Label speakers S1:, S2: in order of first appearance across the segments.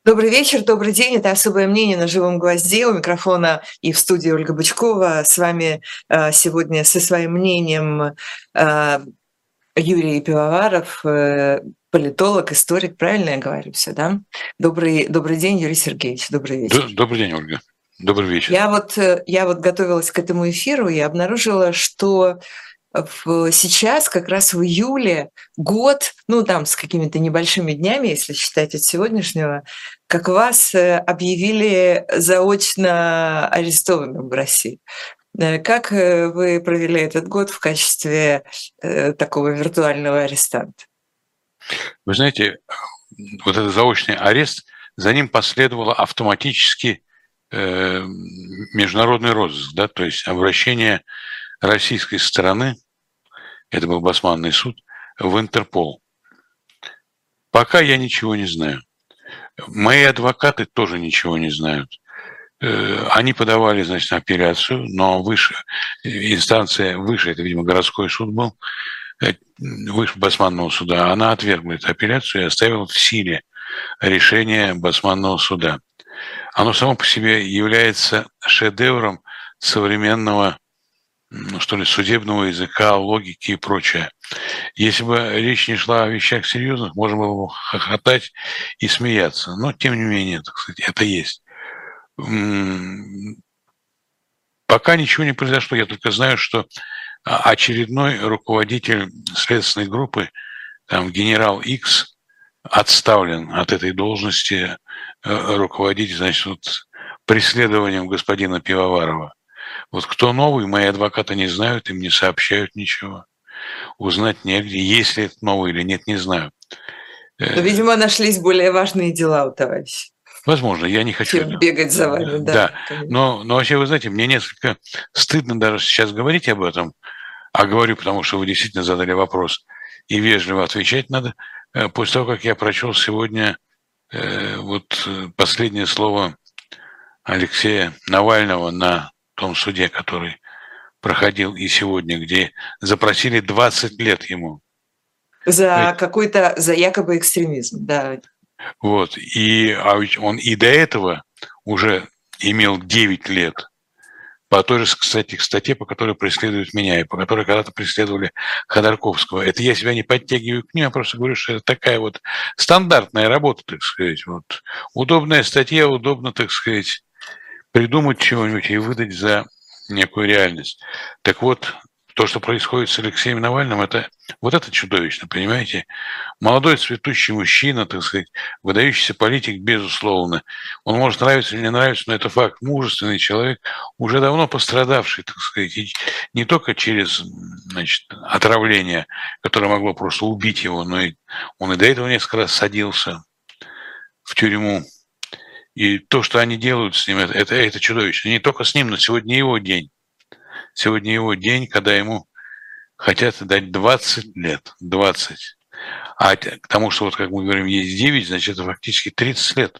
S1: Добрый вечер, добрый день. Это «Особое мнение» на «Живом гвозде». У микрофона и в студии Ольга Бычкова. С вами сегодня со своим мнением э, Юрий Пивоваров, политолог, историк. Правильно я говорю все, да? Добрый день, Юрий Сергеевич. Добрый вечер.
S2: Добрый день, Ольга. Добрый вечер.
S1: Я вот готовилась к этому эфиру и обнаружила, что сейчас, как раз в июле, год, ну, там, с какими-то небольшими днями, если считать от сегодняшнего, как вас объявили заочно арестованным в России. Как вы провели этот год в качестве такого виртуального арестанта?
S2: Вы знаете, вот этот заочный арест, за ним последовало автоматически международный розыск, да, то есть обращение российской стороны, это был Басманный суд, в Интерпол. Пока я ничего не знаю. Мои адвокаты тоже ничего не знают. Они подавали, значит, апелляцию, но выше, инстанция выше, это, видимо, городской суд был, выше Басманного суда, она отвергла эту апелляцию и оставила в силе решение Басманного суда. Оно само по себе является шедевром современного, ну, что ли, судебного языка, логики и прочее. Если бы речь не шла о вещах серьезных, можно было бы хохотать и смеяться. Но, тем не менее, так сказать, это есть. Пока ничего не произошло. Я только знаю, что очередной руководитель следственной группы, там, генерал X, отставлен от этой должности руководить, значит, вот, преследованием господина Пивоварова. Вот кто новый, мои адвокаты не знают, им не сообщают ничего. Узнать негде, есть ли это новый или нет, не знаю.
S1: Но, видимо, нашлись более важные дела у товарища.
S2: Возможно, я не хочу...
S1: Чем бегать за вами,
S2: да. Но вообще, вы знаете, мне несколько стыдно даже сейчас говорить об этом, а говорю, потому что вы действительно задали вопрос, и вежливо отвечать надо. После того, как я прочел сегодня вот последнее слово Алексея Навального на том суде, который проходил и сегодня, где запросили 20 лет ему.
S1: За якобы экстремизм, да.
S2: Вот, а ведь он и до этого уже имел 9 лет по той же, кстати, статье, по которой преследуют меня, и по которой когда-то преследовали Ходорковского. Это я себя не подтягиваю к ним, я просто говорю, что это такая вот стандартная работа, так сказать. Вот. Удобная статья, удобно, так сказать, придумать чего-нибудь и выдать за некую реальность. Так вот, то, что происходит с Алексеем Навальным, это чудовищно, понимаете? Молодой цветущий мужчина, так сказать, выдающийся политик, безусловно. Он может нравиться или не нравиться, но это факт. Мужественный человек, уже давно пострадавший, так сказать, и не только через, значит, отравление, которое могло просто убить его, но и он и до этого несколько раз садился в тюрьму. И то, что они делают с ним, это чудовищно. Не только с ним, но сегодня его день. Сегодня его день, когда ему хотят дать 20 лет. 20. А к тому, что, вот как мы говорим, есть 9, значит, это фактически 30 лет.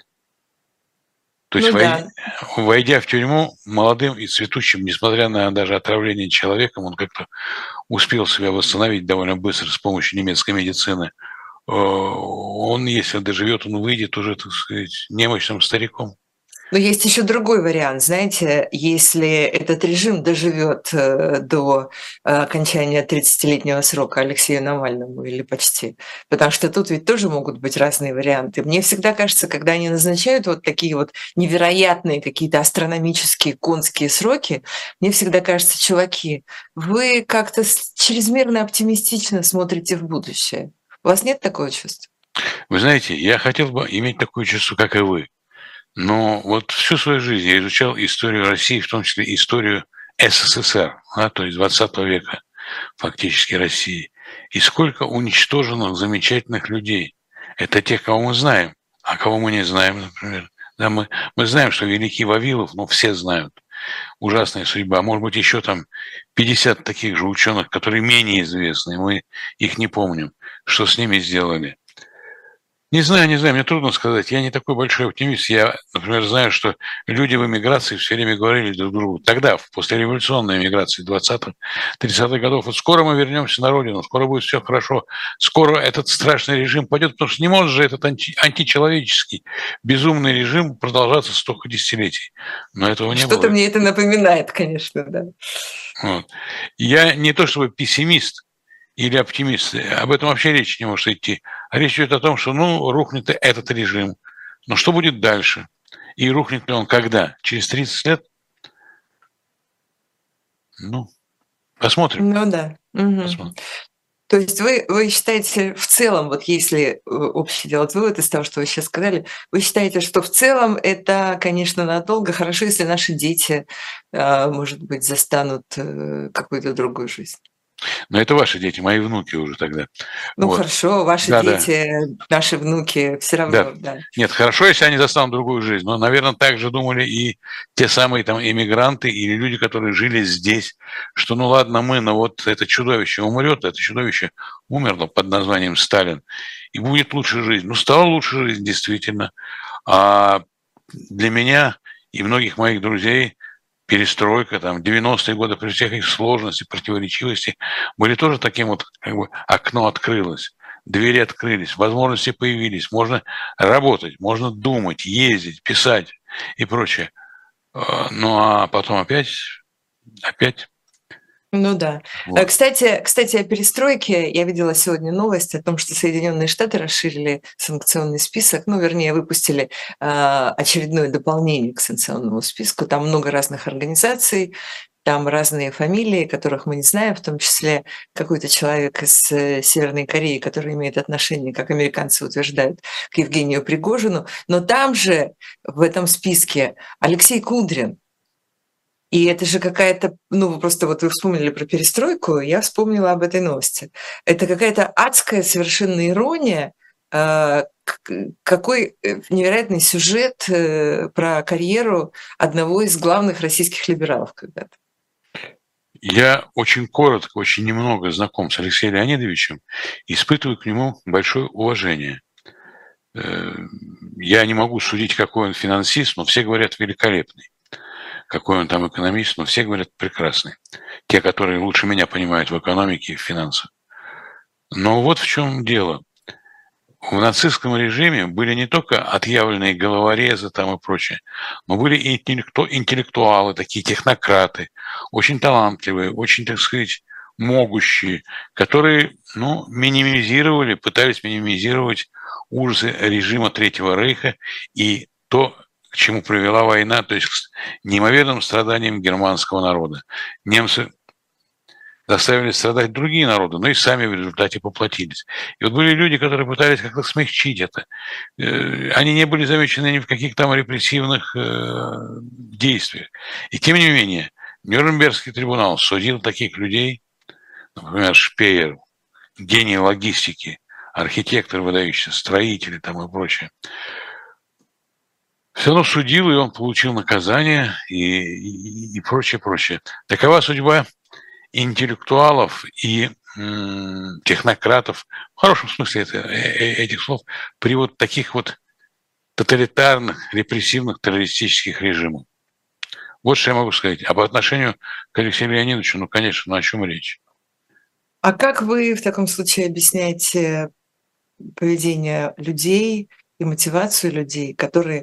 S2: То есть, войдя в тюрьму молодым и цветущим, несмотря на даже отравление человеком, он как-то успел себя восстановить довольно быстро с помощью немецкой медицины. Он, если доживет, он выйдет уже, так сказать, немощным стариком.
S1: Но есть еще другой вариант, знаете, если этот режим доживет до окончания 30-летнего срока Алексею Навальному или почти, потому что тут ведь тоже могут быть разные варианты. Мне всегда кажется, когда они назначают вот такие вот невероятные какие-то астрономические конские сроки, мне всегда кажется, чуваки, вы как-то чрезмерно оптимистично смотрите в будущее. У вас нет такого чувства?
S2: Вы знаете, я хотел бы иметь такое чувство, как и вы. Но вот всю свою жизнь я изучал историю России, в том числе историю СССР, то есть 20 века фактически России. И сколько уничтоженных замечательных людей. Это тех, кого мы знаем, а кого мы не знаем, например. Да, мы знаем, что великий Вавилов, все знают. Ужасная судьба. Может быть, еще там 50 таких же ученых, которые менее известны, мы их не помним. Что с ними сделали? Не знаю, не знаю, мне трудно сказать. Я не такой большой оптимист. Я, например, знаю, что люди в эмиграции все время говорили друг другу, тогда, в послереволюционной эмиграции 20-30-х годов, вот скоро мы вернемся на родину, скоро будет все хорошо, скоро этот страшный режим пойдет, потому что не может же этот античеловеческий, безумный режим продолжаться столько десятилетий. Но этого не
S1: Что-то
S2: было.
S1: мне это напоминает, конечно, да.
S2: Вот. Я не то чтобы пессимист, или оптимисты. Об этом вообще речь не может идти. А речь идет о том, что, ну, рухнет этот режим. Но что будет дальше? И рухнет ли он когда? Через 30 лет? Ну, посмотрим.
S1: Ну да. Мгм.
S2: Посмотрим.
S1: То есть вы считаете в целом, вот если общий делать вывод из того, что вы сейчас сказали, вы считаете, что в целом это, конечно, надолго, хорошо, если наши дети, может быть, застанут какую-то другую жизнь.
S2: Но это ваши дети, мои внуки уже тогда.
S1: Ну
S2: Вот.
S1: хорошо, ваши
S2: Да, да.
S1: дети, наши внуки, все
S2: Да.
S1: равно, да.
S2: Нет, хорошо, если они застанут другую жизнь. Но, наверное, так же думали и те самые там иммигранты или люди, которые жили здесь, что ну ладно, но вот это чудовище умрет, это чудовище умерло под названием Сталин, и будет лучше жизнь. Ну, стала лучше жизнь, действительно. А для меня и многих моих друзей перестройка, там, 90-е годы, при всех их сложности, противоречивости, были тоже таким вот, как бы, окно открылось, двери открылись, возможности появились, можно работать, можно думать, ездить, писать и прочее. Ну, а потом опять,
S1: Ну да.
S2: вот.
S1: Кстати, о перестройке. Я видела сегодня новость о том, что Соединенные Штаты расширили санкционный список, ну, вернее, выпустили очередное дополнение к санкционному списку. Там много разных организаций, там разные фамилии, которых мы не знаем, в том числе какой-то человек из Северной Кореи, который имеет отношение, как американцы утверждают, к Евгению Пригожину. Но там же, в этом списке, Алексей Кудрин. И это же какая-то, ну, вы просто вот вы вспомнили про перестройку, я вспомнила об этой новости. Это какая-то адская совершенно ирония, какой невероятный сюжет про карьеру одного из главных российских либералов когда-то.
S2: Я очень коротко, очень немного знаком с Алексеем Леонидовичем, испытываю к нему большое уважение. Я не могу судить, какой он финансист, но все говорят великолепный. Какой он там экономист, но все говорят прекрасный. Те, которые лучше меня понимают в экономике и в финансах. Но вот в чем дело. В нацистском режиме были не только отъявленные головорезы там и прочее, но были и интеллектуалы, такие технократы, очень талантливые, очень, так сказать, могущие, которые, ну, минимизировали, пытались минимизировать ужасы режима Третьего Рейха и то, к чему привела война, то есть к неимоверным страданиям германского народа. Немцы заставили страдать другие народы, но и сами в результате поплатились. И вот были люди, которые пытались как-то смягчить это. Они не были замечены ни в каких там репрессивных действиях. И тем не менее, Нюрнбергский трибунал судил таких людей, например, Шпеер, гений логистики, архитектор выдающийся, строители там и прочее. Все равно судил, и он получил наказание и прочее, прочее. Такова судьба интеллектуалов и технократов, в хорошем смысле этих слов, при вот таких вот тоталитарных, репрессивных, террористических режимах. Вот что я могу сказать. А по отношению к Алексею Леонидовичу, ну, конечно, ну о чем речь?
S1: А как вы в таком случае объясняете поведение людей и мотивацию людей, которые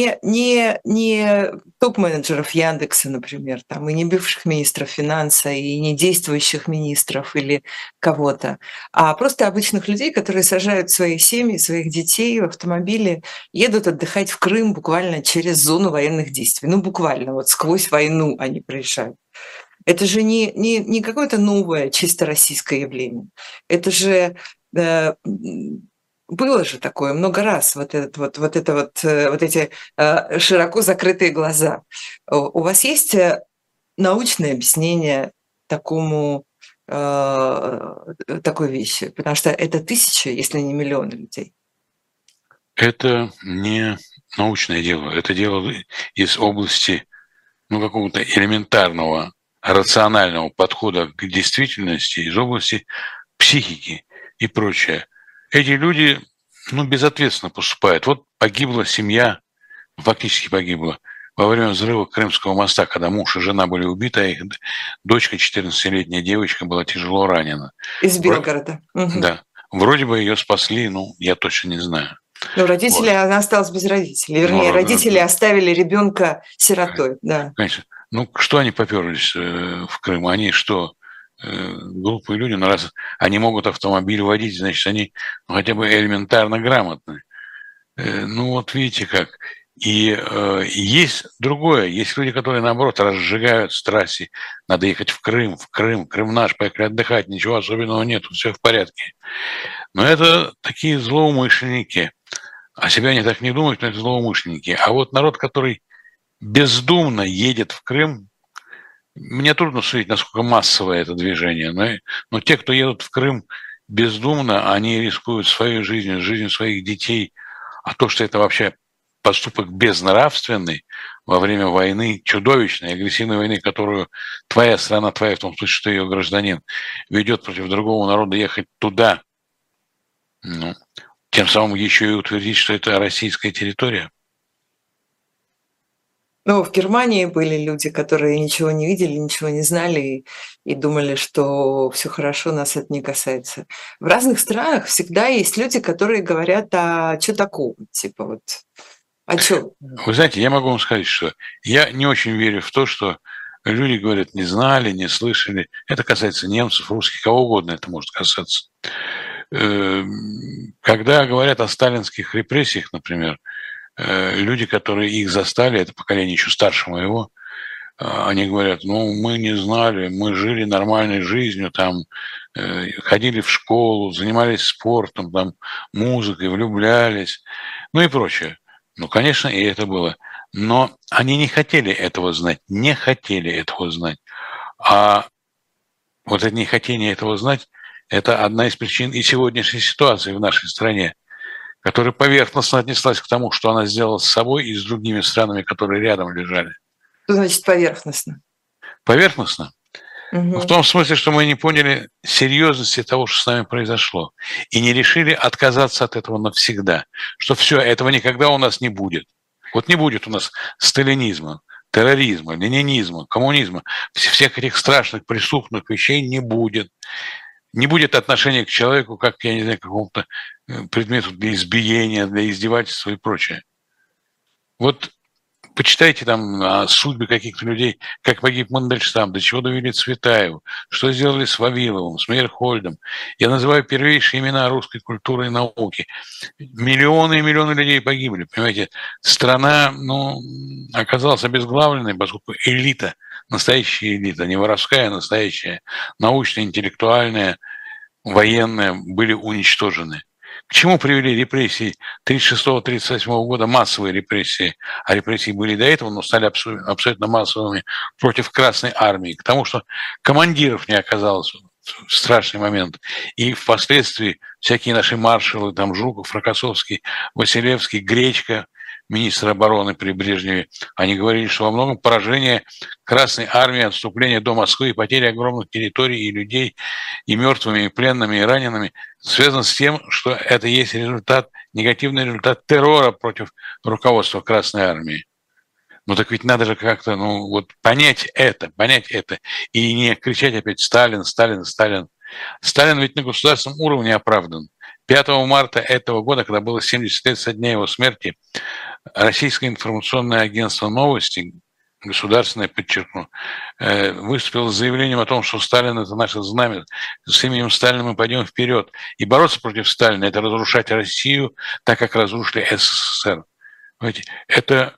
S1: не топ-менеджеров Яндекса, например, там, и не бывших министров финансов, и не действующих министров или кого-то, а просто обычных людей, которые сажают свои семьи, своих детей в автомобили, едут отдыхать в Крым буквально через зону военных действий. Ну, буквально, вот сквозь войну они проезжают. Это же не какое-то новое, чисто российское явление. Это же было же такое много раз, вот эти широко закрытые глаза. У вас есть научное объяснение такой вещи? Потому что это тысячи, если не миллионы людей.
S2: Это не научное дело, это дело из области, ну, какого-то элементарного рационального подхода к действительности, из области психики и прочее. Эти люди безответственно поступают. Вот погибла семья, фактически погибла во время взрыва Крымского моста, когда муж и жена были убиты, а их дочка, 14-летняя девочка, была тяжело ранена.
S1: Из Белгорода. Мгм.
S2: Да. Вроде бы ее спасли, я точно не знаю.
S1: Ну, родители,
S2: Вот.
S1: она осталась без родителей. Вернее,
S2: Ну,
S1: родители оставили ребенка сиротой, да.
S2: конечно. Что они поперлись в Крым? Они что, глупые люди? Но раз они могут автомобиль водить, значит, они хотя бы элементарно грамотны. Вот видите как. И есть другое. Есть люди, которые, наоборот, разжигают страсти. Надо ехать в Крым, Крым наш, поехали отдыхать, ничего особенного нет, все в порядке. Но это такие злоумышленники. О себе они так не думают, но это злоумышленники. А вот народ, который бездумно едет в Крым, мне трудно судить, насколько массовое это движение, но те, кто едут в Крым бездумно, они рискуют своей жизнью, жизнью своих детей. А то, что это вообще поступок безнравственный во время войны, чудовищной, агрессивной войны, которую твоя страна, твоя в том случае, что ее гражданин, ведет против другого народа, ехать туда, тем самым еще и утвердить, что это российская территория.
S1: Ну, в Германии были люди, которые ничего не видели, ничего не знали и думали, что все хорошо, нас это не касается. В разных странах всегда есть люди, которые говорят: "А чё такого?" Типа вот, "А чё?"
S2: Вы знаете, я могу вам сказать, что я не очень верю в то, что люди говорят, не знали, не слышали. Это касается немцев, русских, кого угодно это может касаться. Когда говорят о сталинских репрессиях, например, люди, которые их застали, это поколение еще старше моего, они говорят, мы не знали, мы жили нормальной жизнью, там, ходили в школу, занимались спортом, там, музыкой, влюблялись, и прочее. Конечно, и это было. Но они не хотели этого знать, не хотели этого знать. А вот это нехотение этого знать, это одна из причин и сегодняшней ситуации в нашей стране, которая поверхностно отнеслась к тому, что она сделала с собой и с другими странами, которые рядом лежали.
S1: Что значит поверхностно?
S2: Поверхностно? В
S1: Мгм.
S2: том смысле, что мы не поняли серьезности того, что с нами произошло, и не решили отказаться от этого навсегда, что все, этого никогда у нас не будет. Вот не будет у нас сталинизма, терроризма, ленинизма, коммунизма, всех этих страшных преступных вещей не будет. Не будет отношения к человеку, как, я не знаю, к какому-то предмету для избиения, для издевательства и прочее. Вот почитайте там о судьбе каких-то людей, как погиб Мандельштам, до чего довели Цветаеву, что сделали с Вавиловым, с Мейерхольдом. Я называю первейшие имена русской культуры и науки. Миллионы и миллионы людей погибли, понимаете. Страна, оказалась обезглавленной, поскольку элита, настоящая элита, не воровская, а настоящая, научная, интеллектуальная, военная, были уничтожены. К чему привели репрессии 1936-1938 года, массовые репрессии, а репрессии были до этого, но стали абсолютно массовыми против Красной Армии, к тому, что командиров не оказалось в страшный момент. И впоследствии всякие наши маршалы, там Жуков, Рокоссовский, Василевский, Гречко, министр обороны при Брежневе, они говорили, что во многом поражение Красной Армии, отступление до Москвы и потери огромных территорий и людей, и мертвыми, и пленными, и ранеными, связано с тем, что это есть результат, негативный результат террора против руководства Красной Армии. Так ведь надо же как-то, понять это, и не кричать опять «Сталин, Сталин, Сталин». Сталин ведь на государственном уровне оправдан. 5 марта этого года, когда было 70 лет со дня его смерти, Российское информационное агентство «Новости», государственное, подчеркну, выступило с заявлением о том, что Сталин – это наше знамя, с именем Сталина мы пойдем вперед. И бороться против Сталина – это разрушать Россию, так как разрушили СССР. Понимаете, это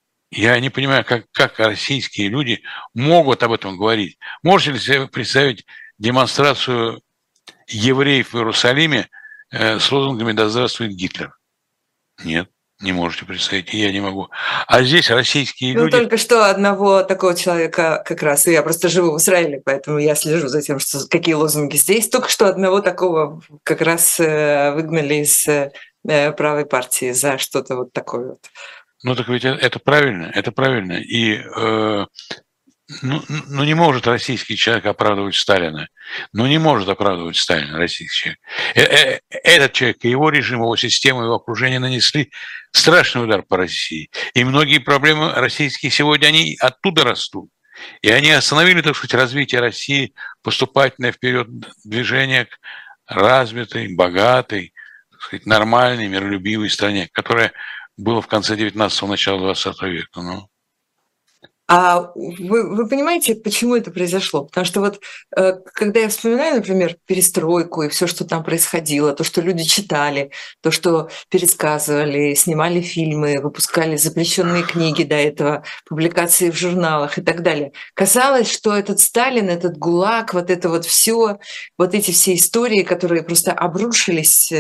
S2: я не понимаю, как российские люди могут об этом говорить. Можете ли себе представить демонстрацию евреев в Иерусалиме с лозунгами «Да здравствует Гитлер»? Нет, не можете представить, и я не могу. А здесь российские люди...
S1: Только что одного такого человека как раз, и я просто живу в Израиле, поэтому я слежу за тем, что какие лозунги здесь. Только что одного такого как раз выгнали из правой партии за что-то вот такое вот.
S2: Так ведь это правильно, это правильно. И Ну, не может российский человек оправдывать Сталина. Ну, не может оправдывать Сталина российский человек. Этот человек, и его режим, его система, его окружение нанесли страшный удар по России. И многие проблемы российские сегодня, они оттуда растут. И они остановили, так сказать, развитие России, поступательное вперед движение к развитой, богатой, так сказать, нормальной, миролюбивой стране, которая была в конце 19-го, начала 20 века. Ну,
S1: А вы понимаете, почему это произошло? Потому что вот когда я вспоминаю, например, перестройку и все, что там происходило, то, что люди читали, то, что пересказывали, снимали фильмы, выпускали запрещенные книги до этого, публикации в журналах и так далее, казалось, что этот Сталин, этот ГУЛАГ, вот это вот все, вот эти все истории, которые просто обрушились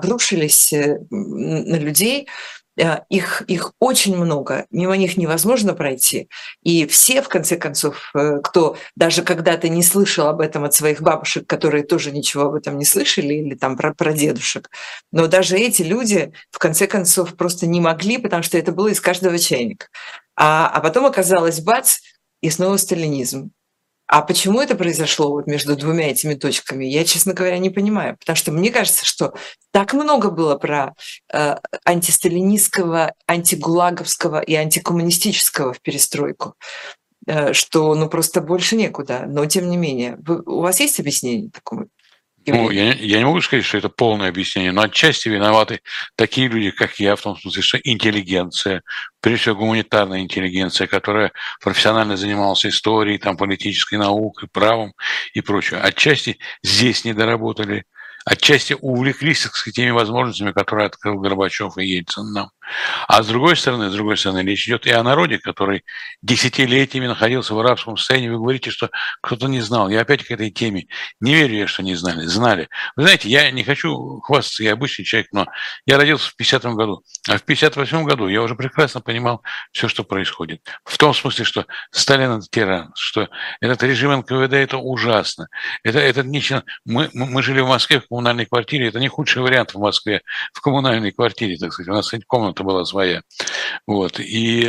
S1: на людей, их очень много, мимо них невозможно пройти. И все, в конце концов, кто даже когда-то не слышал об этом от своих бабушек, которые тоже ничего об этом не слышали, или там про дедушек, но даже эти люди, в конце концов, просто не могли, потому что это было из каждого чайника. А потом оказалось, бац, и снова сталинизм. А почему это произошло вот между двумя этими точками, я, честно говоря, не понимаю. Потому что мне кажется, что так много было про антисталинистского, антигулаговского и антикоммунистического в перестройку, что ну просто больше некуда. Но тем не менее, у вас есть объяснение такому
S2: ну,
S1: явлению?
S2: я не могу сказать, что это полное объяснение, но отчасти виноваты такие люди, как я, в том смысле, что интеллигенция, прежде всего гуманитарная интеллигенция, которая профессионально занималась историей, там, политической наукой, правом и прочее. Отчасти здесь не доработали, отчасти увлеклись, так сказать, теми возможностями, которые открыл Горбачев и Ельцин нам. А с другой стороны, речь идет и о народе, который десятилетиями находился в арабском состоянии. Вы говорите, что кто-то не знал. Я опять к этой теме. Не верю я, что не знали. Знали. Вы знаете, я не хочу хвастаться, я обычный человек, но я родился в 50-м году. А в 58-м году я уже прекрасно понимал все, что происходит. В том смысле, что Сталин – это тиран, что этот режим НКВД – это ужасно. Это нечто... Мы жили в Москве в коммунальной квартире. Это не худший вариант в Москве в коммунальной квартире, так сказать. У нас, кстати, комната была своя. Вот. И,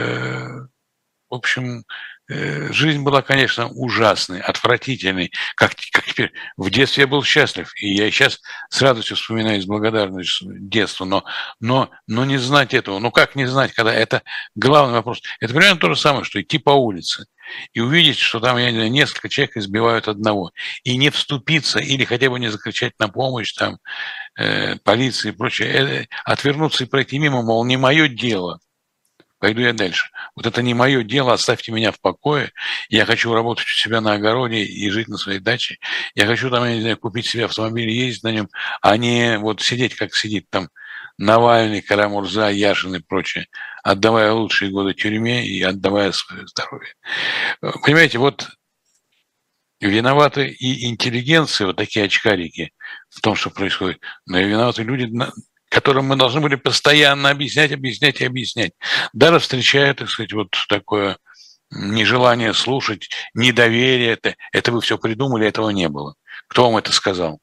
S2: в общем, жизнь была, конечно, ужасной, отвратительной. Как теперь? В детстве я был счастлив, и я сейчас с радостью вспоминаю с благодарностью детства, но не знать этого. Ну как не знать, когда это главный вопрос? Это примерно то же самое, что идти по улице и увидеть, что там, я не знаю, несколько человек избивают одного, и не вступиться или хотя бы не закричать на помощь там полиции и прочее, отвернуться и пройти мимо, мол, не мое дело. Пойду я дальше. Вот это не мое дело, оставьте меня в покое. Я хочу работать у себя на огороде и жить на своей даче. Я хочу там, я не знаю, купить себе автомобиль и ездить на нем, а не вот сидеть, как сидит там Навальный, Карамурза, Яшин и прочее, отдавая лучшие годы тюрьме и отдавая свое здоровье. Понимаете, вот виноваты и интеллигенция, вот такие очкарики в том, что происходит, но и виноваты люди, которым мы должны были постоянно объяснять. Даже встречая, так сказать, вот такое нежелание слушать, недоверие, это вы все придумали, этого не было. Кто вам это сказал?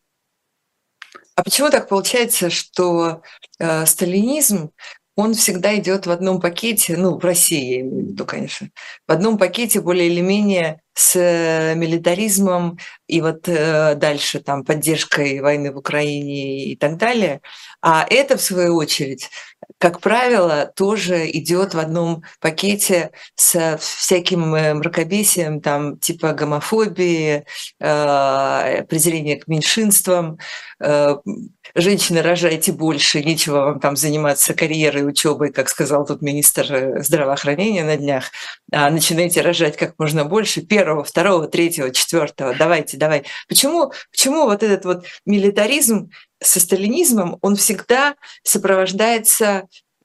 S1: А почему так получается, что сталинизм, он всегда идет в одном пакете, ну, в России, я имею в виду, конечно, в одном пакете более или менее с милитаризмом и вот дальше там поддержкой войны в Украине и так далее. А это, в свою очередь, как правило, тоже идет в одном пакете с всяким мракобесием, там, типа гомофобии, презрения к меньшинствам, женщины, рожайте больше, нечего вам там заниматься карьерой, учебой, как сказал тут министр здравоохранения на днях, начинайте рожать как можно больше, первого, второго, третьего, четвертого, давайте. Почему вот этот вот милитаризм со сталинизмом, он всегда сопровождается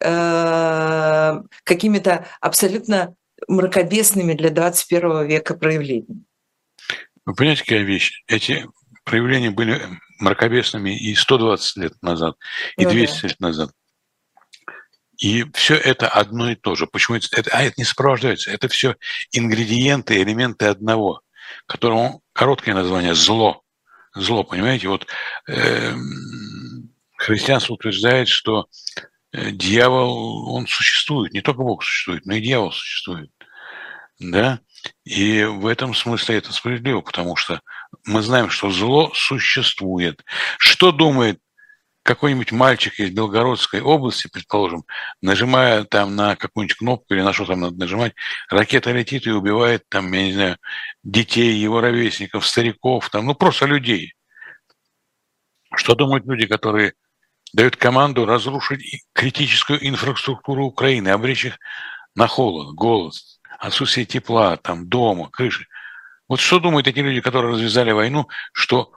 S1: какими-то абсолютно мракобесными для 21 века проявлениями?
S2: Вы понимаете, какая вещь? Эти проявления были мракобесными и 120 лет назад, и
S1: Ну
S2: 200
S1: да.
S2: лет назад. И все это одно и то же. Почему это не сопровождается? Это все ингредиенты, элементы одного, которому короткое название зло. Зло, понимаете? Вот христианство утверждает, что дьявол, он существует, не только Бог существует, но и дьявол существует. Да? И в этом смысле это справедливо, потому что мы знаем, что зло существует. Что думает какой-нибудь мальчик из Белгородской области, предположим, нажимая там на какую-нибудь кнопку или на что там надо нажимать, ракета летит и убивает там, я не знаю, детей, его ровесников, стариков, там, ну просто людей. Что думают люди, которые дают команду разрушить критическую инфраструктуру Украины, обречь их на холод, голод, отсутствие тепла, там, дома, крыши? Вот что думают эти люди, которые развязали войну, что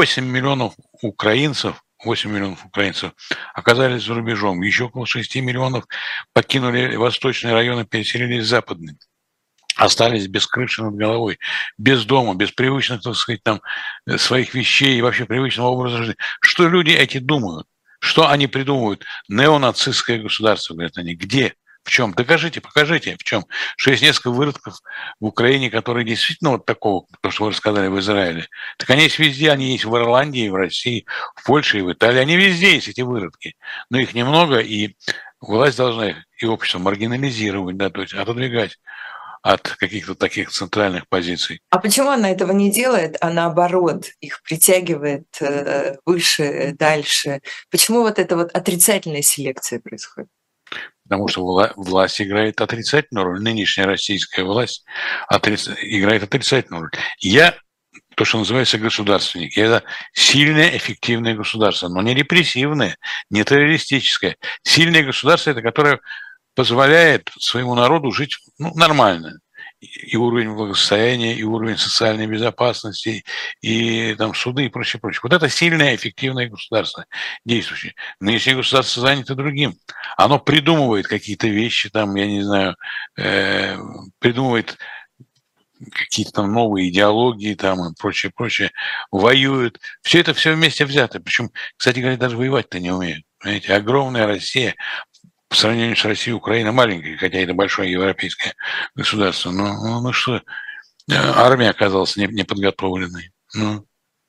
S2: 8 миллионов украинцев оказались за рубежом, еще около 6 миллионов покинули восточные районы, переселились в западные, остались без крыши над головой, без дома, без привычных, так сказать, там, своих вещей и вообще привычного образа жизни. Что люди эти думают? Что они придумывают? Неонацистское государство, говорят они. Где? В чем? Докажите, покажите, в чем. Что есть несколько выродков в Украине, которые действительно вот такого, то, что вы рассказали в Израиле. Так они есть везде, они есть в Ирландии, в России, в Польше и в Италии. Они везде есть, эти выродки. Но их немного, и власть должна их, и общество маргинализировать, да, то есть отодвигать от каких-то таких центральных позиций.
S1: А почему она этого не делает, а наоборот их притягивает выше, дальше? Почему вот эта вот отрицательная селекция происходит?
S2: Потому что власть играет отрицательную роль. Нынешняя российская власть играет отрицательную роль. Я, то, что называется государственник, это сильное, эффективное государство, но не репрессивное, не террористическое. Сильное государство – это которое позволяет своему народу жить нормально. И уровень благосостояния, и уровень социальной безопасности, и там суды, и прочее, прочее. Вот это сильное, эффективное государство действующее. Нынешнее государство занято другим. Оно придумывает какие-то вещи, там, я не знаю, придумывает какие-то там новые идеологии там и прочее, прочее, воюют. Все это все вместе взято. Причем, кстати говоря, даже воевать-то не умеют. Понимаете, огромная Россия, по сравнению с Россией, Украина маленькая, хотя это большое европейское государство. Ну что, армия оказалась неподготовленной. Ну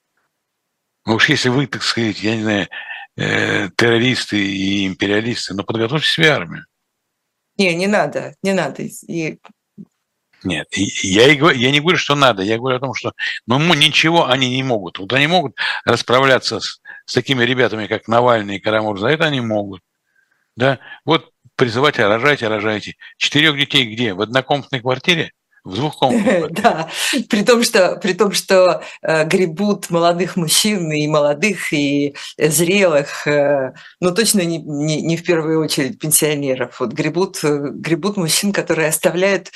S2: уж если вы, так сказать, я не знаю, террористы и империалисты, но подготовьте себе армию.
S1: Не надо, не надо.
S2: Нет, я не говорю, что надо, я говорю о том, что ничего они не могут. Вот они могут расправляться с такими ребятами, как Навальный и Карамурза, это они могут. Да? Вот призывать, рожайте, рожайте. 4 детей где? В однокомнатной квартире? В двухкомнатной квартире?
S1: Да, при том, что гребут молодых мужчин, и молодых, и зрелых, но точно не в первую очередь пенсионеров. Вот гребут мужчин, которые оставляют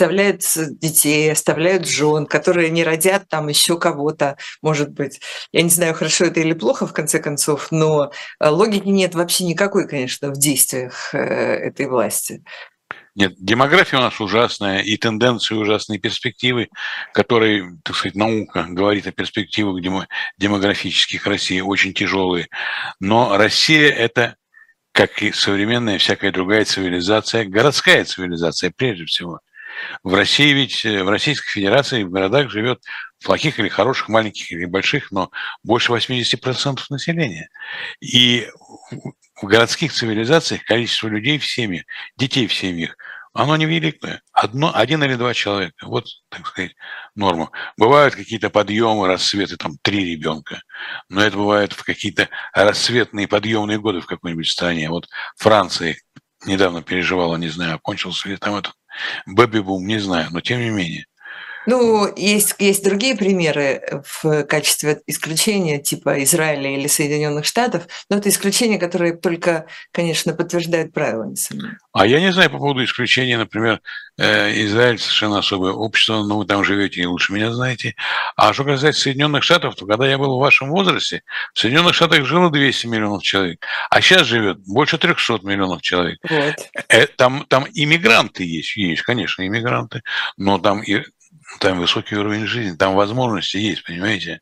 S1: детей, оставляют жен, которые не родят там еще кого-то, может быть. Я не знаю, хорошо это или плохо, в конце концов, но логики нет вообще никакой, конечно, в действиях этой власти.
S2: Нет, демография у нас ужасная, и тенденции ужасные, перспективы, которые, так сказать, наука говорит о перспективах демографических России, очень тяжелые. Но Россия – это, как и современная всякая другая цивилизация, городская цивилизация прежде всего. В России ведь, в Российской Федерации в городах живет плохих или хороших, маленьких или больших, но больше 80% населения. И в городских цивилизациях количество людей в семьях, детей в семьях, оно невеликое. Один или 2 человека. Вот, так сказать, норма. Бывают какие-то подъемы, рассветы, там 3 ребенка. Но это бывает в какие-то рассветные подъемные годы в какой-нибудь стране. Вот Франция недавно переживала, не знаю, окончился ли там этот бэби-бум, не знаю, но тем не менее.
S1: Ну, есть другие примеры в качестве исключения, типа Израиля или Соединенных Штатов, но это исключения, которые только, конечно, подтверждают правила, несомненно.
S2: А я не знаю по поводу исключения, например, Израиль совершенно особое общество, но вы там живете и лучше меня знаете. А что касается Соединенных Штатов, то когда я был в вашем возрасте, в Соединенных Штатах жило 200 миллионов человек, а сейчас живет больше 300 миллионов человек.
S1: Вот.
S2: Там иммигранты есть, конечно, иммигранты, но там высокий уровень жизни, там возможности есть, понимаете?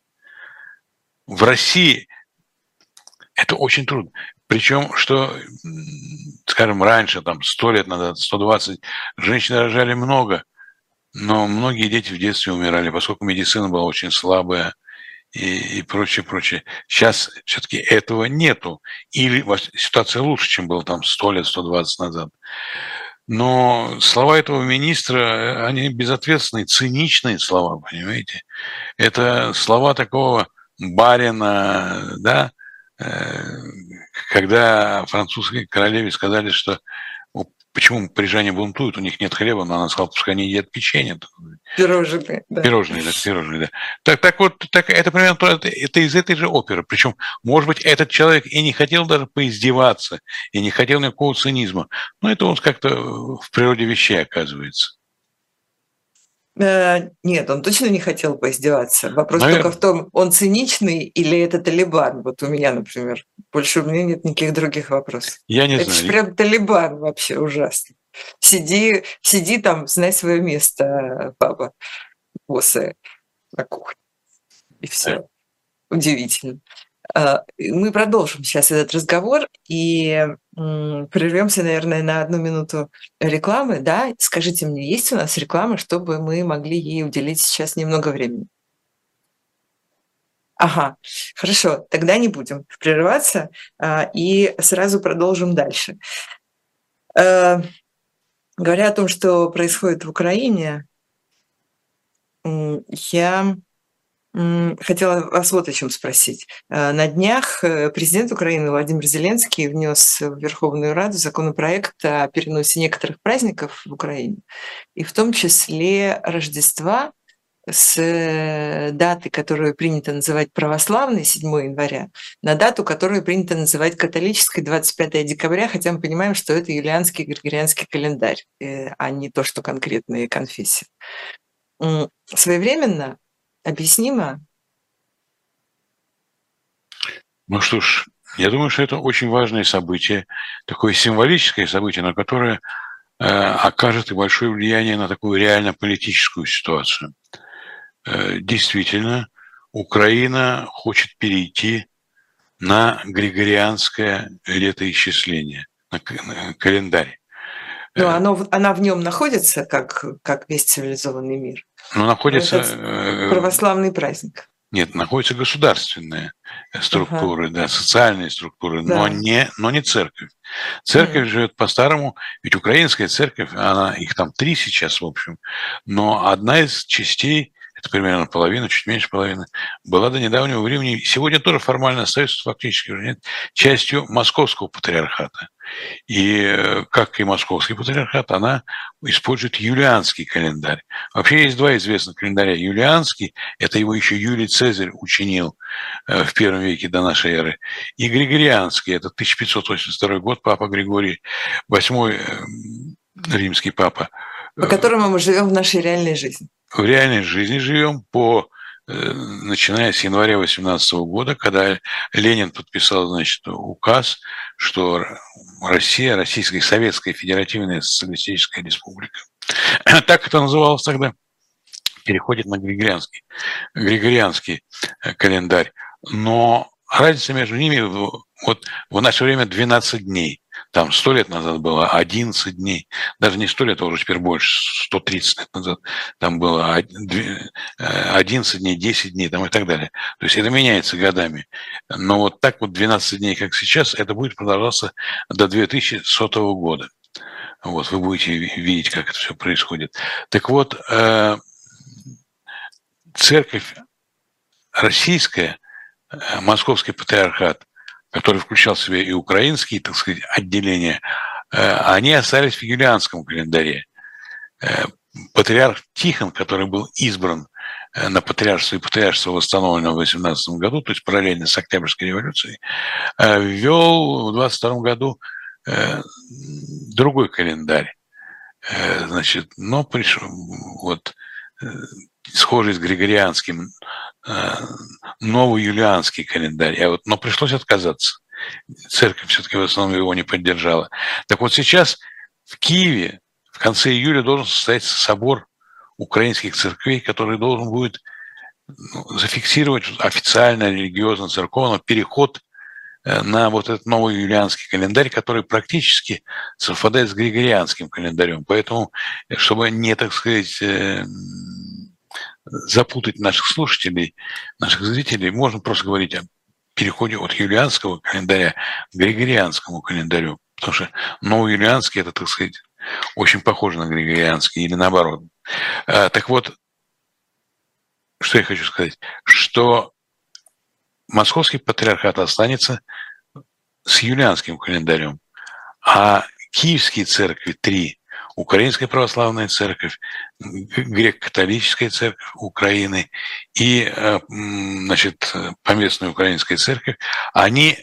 S2: В России это очень трудно. Причем, что, скажем, раньше, там, 100 лет назад, 120, женщины рожали много, но многие дети в детстве умирали, поскольку медицина была очень слабая и прочее, прочее. Сейчас все-таки этого нету. Или ситуация лучше, чем было там 100 лет, 120 назад. Но слова этого министра, они безответственные, циничные слова, понимаете? Это слова такого барина, да, когда французской королеве сказали, что почему парижане бунтуют, у них нет хлеба, но она сказала, пускай они едят печенье.
S1: Пирожные, да.
S2: Пирожные, да. Так вот, так, это примерно это из этой же оперы. Причем, может быть, этот человек и не хотел даже поиздеваться, и не хотел никакого цинизма, но это он как-то в природе вещей оказывается.
S1: Нет, он точно не хотел поиздеваться. Вопрос
S2: Наверное.
S1: только в том, он циничный или это Талибан. Вот у меня, например. Больше у меня нет никаких других вопросов.
S2: Я не
S1: Это
S2: знаю.
S1: же прям Талибан вообще ужасно. Сиди там, знай свое место, папа, босса на кухне. И все. Удивительно. Мы продолжим сейчас этот разговор и прервемся, наверное, на 1 минуту рекламы. Да? Скажите мне, есть у нас реклама, чтобы мы могли ей уделить сейчас немного времени? Ага, хорошо, тогда не будем прерываться и сразу продолжим дальше. Говоря о том, что происходит в Украине, я хотела вас вот о чем спросить. На днях президент Украины Владимир Зеленский внес в Верховную Раду законопроект о переносе некоторых праздников в Украине, и в том числе Рождества с даты, которую принято называть православной, 7 января, на дату, которую принято называть католической, 25 декабря, хотя мы понимаем, что это юлианский григорианский календарь, а не то, что конкретные конфессии. Своевременно, объяснимо?
S2: Ну что ж, я думаю, что это очень важное событие, такое символическое событие, но которое окажет и большое влияние на такую реально политическую ситуацию. Действительно, Украина хочет перейти на григорианское летоисчисление, на календарь.
S1: Но она в нем находится, как весь цивилизованный мир.
S2: Но находится...
S1: Это православный праздник.
S2: Нет, находятся государственные структуры, да, социальные структуры, да. но не церковь. Церковь живет по-старому, ведь украинская церковь, их там 3 сейчас, в общем, но одна из частей, это примерно половина, чуть меньше половины, была до недавнего времени, сегодня тоже формально остается, фактически уже нет, частью Московского патриархата. И как и Московский патриархат, она использует юлианский календарь. Вообще есть 2 известных календаря. Юлианский, это его еще Юлий Цезарь учинил в I веке до нашей эры. И Григорианский, это 1582 год, папа Григорий VIII, римский папа.
S1: По которому мы живем в нашей реальной жизни. В
S2: реальной жизни живем начиная с января 18 года, когда Ленин подписал, значит, указ, что Россия, Российская Советская Федеративная Социалистическая Республика, так это называлось тогда, переходит на григорианский календарь. Но разница между ними, вот в наше время 12 дней. Там 100 лет назад было 11 дней. Даже не 100 лет, а уже теперь больше, 130 лет назад. Там было 11 дней, 10 дней там и так далее. То есть это меняется годами. Но вот так вот 12 дней, как сейчас, это будет продолжаться до 2100 года. Вот, вы будете видеть, как это все происходит. Так вот, церковь российская, Московский патриархат, который включал в себя и украинские, так сказать, отделения, они остались в юлианском календаре. Патриарх Тихон, который был избран на патриаршество, и патриаршество восстановлено в 18 году, то есть параллельно с Октябрьской революцией, ввел в 22 году другой календарь. Значит, но пришел вот схожий с григорианским, новый юлианский календарь. Но пришлось отказаться. Церковь все-таки в основном его не поддержала. Так вот сейчас в Киеве в конце июля должен состояться собор украинских церквей, который должен будет зафиксировать официально религиозно-церковный переход на вот этот новый юлианский календарь, который практически совпадает с григорианским календарем. Поэтому, чтобы не, так сказать, запутать наших слушателей, наших зрителей, можно просто говорить о переходе от юлианского календаря к григорианскому календарю. Потому что новый юлианский – это, так сказать, очень похожи на григорианские или наоборот. Так вот, что я хочу сказать, что Московский патриархат останется с юлианским календарем, а киевские церкви три: Украинская православная церковь, греко-католическая церковь Украины и, значит, поместная украинская церковь, они